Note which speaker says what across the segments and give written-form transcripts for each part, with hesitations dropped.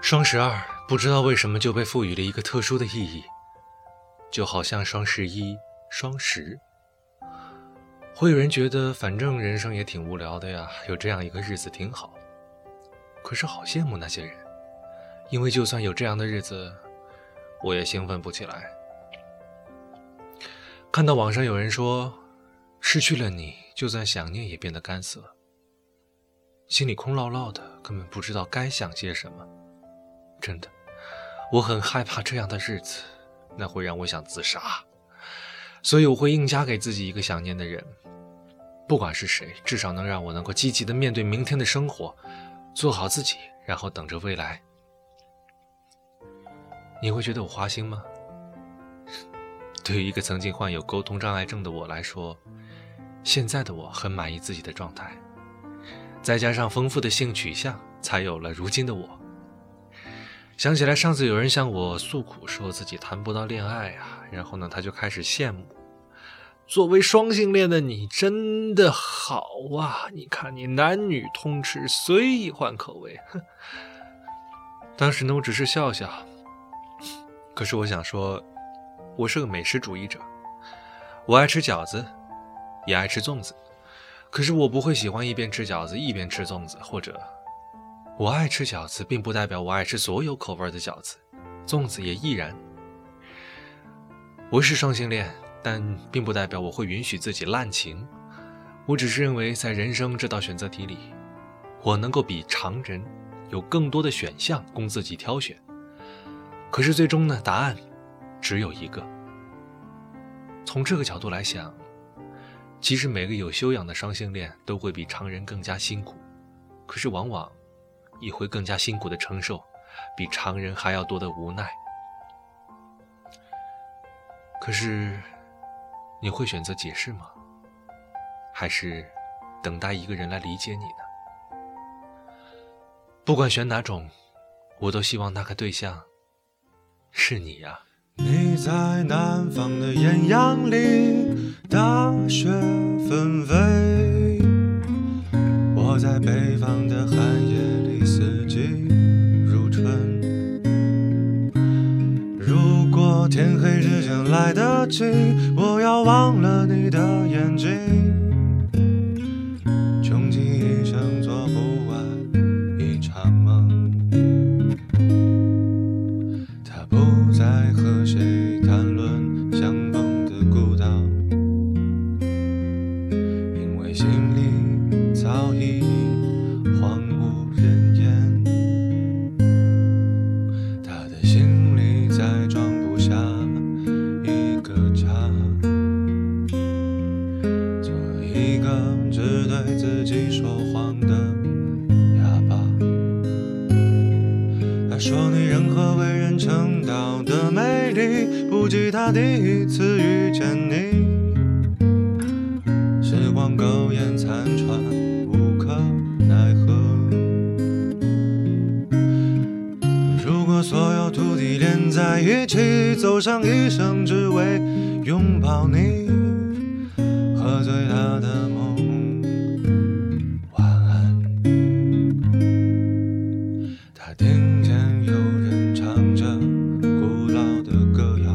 Speaker 1: 双12不知道为什么就被赋予了一个特殊的意义，就好像双11、双10。会有人觉得反正人生也挺无聊的呀，有这样一个日子挺好。可是好羡慕那些人，因为就算有这样的日子，我也兴奋不起来。看到网上有人说，失去了你，就算想念也变得干涩，心里空落落的，根本不知道该想些什么。真的，我很害怕这样的日子，那会让我想自杀。所以我会硬加给自己一个想念的人，不管是谁，至少能让我能够积极的面对明天的生活，做好自己，然后等着未来。你会觉得我花心吗？对于一个曾经患有沟通障碍症的我来说，现在的我很满意自己的状态，再加上丰富的性取向，才有了如今的我。想起来上次有人向我诉苦，说自己谈不到恋爱啊，然后呢他就开始羡慕，作为双性恋的你真的好啊，你看你男女通吃，随意换口味。当时呢我只是笑笑，可是我想说，我是个美食主义者，我爱吃饺子，也爱吃粽子，可是我不会喜欢一边吃饺子一边吃粽子，或者我爱吃饺子并不代表我爱吃所有口味的饺子，粽子也亦然。我是双性恋，但并不代表我会允许自己滥情，我只是认为在人生这道选择题里，我能够比常人有更多的选项供自己挑选。可是最终呢，答案只有一个。从这个角度来想，其实每个有修养的双性恋都会比常人更加辛苦，可是往往也会更加辛苦地承受比常人还要多的无奈。可是你会选择解释吗？还是等待一个人来理解你呢？不管选哪种，我都希望那个对象是你呀。
Speaker 2: 你在南方的艳阳里，大雪纷飞，我在北方的寒夜里，四季如春。如果天黑之前来得及，我要忘了你的眼睛，穷极一生做不完一场梦。他不再和谁谈论相逢的孤岛，因为心里早已荒无人烟。他的心里再装不下一个家，做一个只对自己说谎的哑巴。他说你任何为人称道的美丽，不及他第一次遇见你。时光苟延残喘，无可奈何。如果所有土地连在一起，走上一生只为拥抱你，喝醉他的梦，晚安。他听见有人唱着古老的歌谣，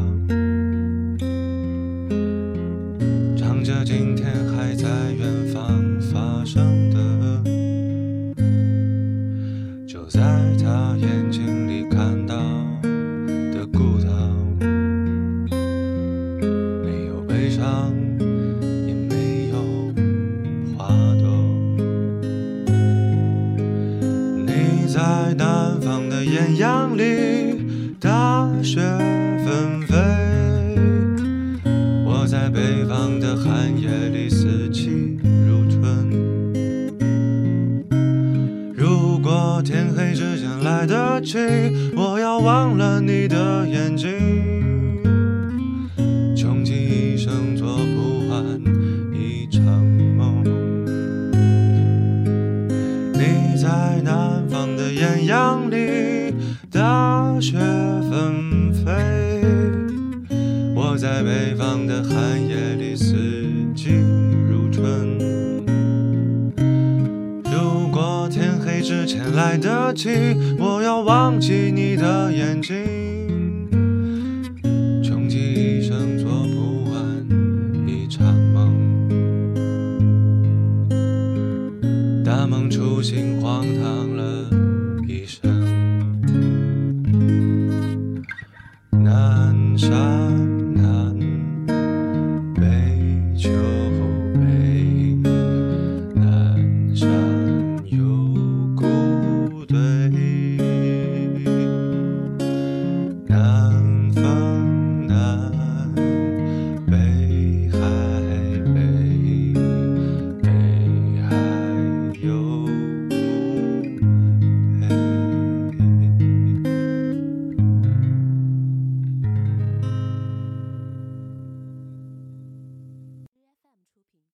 Speaker 2: 唱着今天还在远方发生的，就在他眼睛里看到的孤岛，没有悲伤，也没有花朵。你在南方的艳阳里，大雪纷飞，我在北方的寒夜里，四季如春。如果天黑之前来得及，我要忘了你的眼睛，穷极一生做不完一场梦。你在南方的艳阳里，大雪纷飞，我在北方的寒夜里，四季如春。如果天黑之前来得及，我要忘记你的眼睛。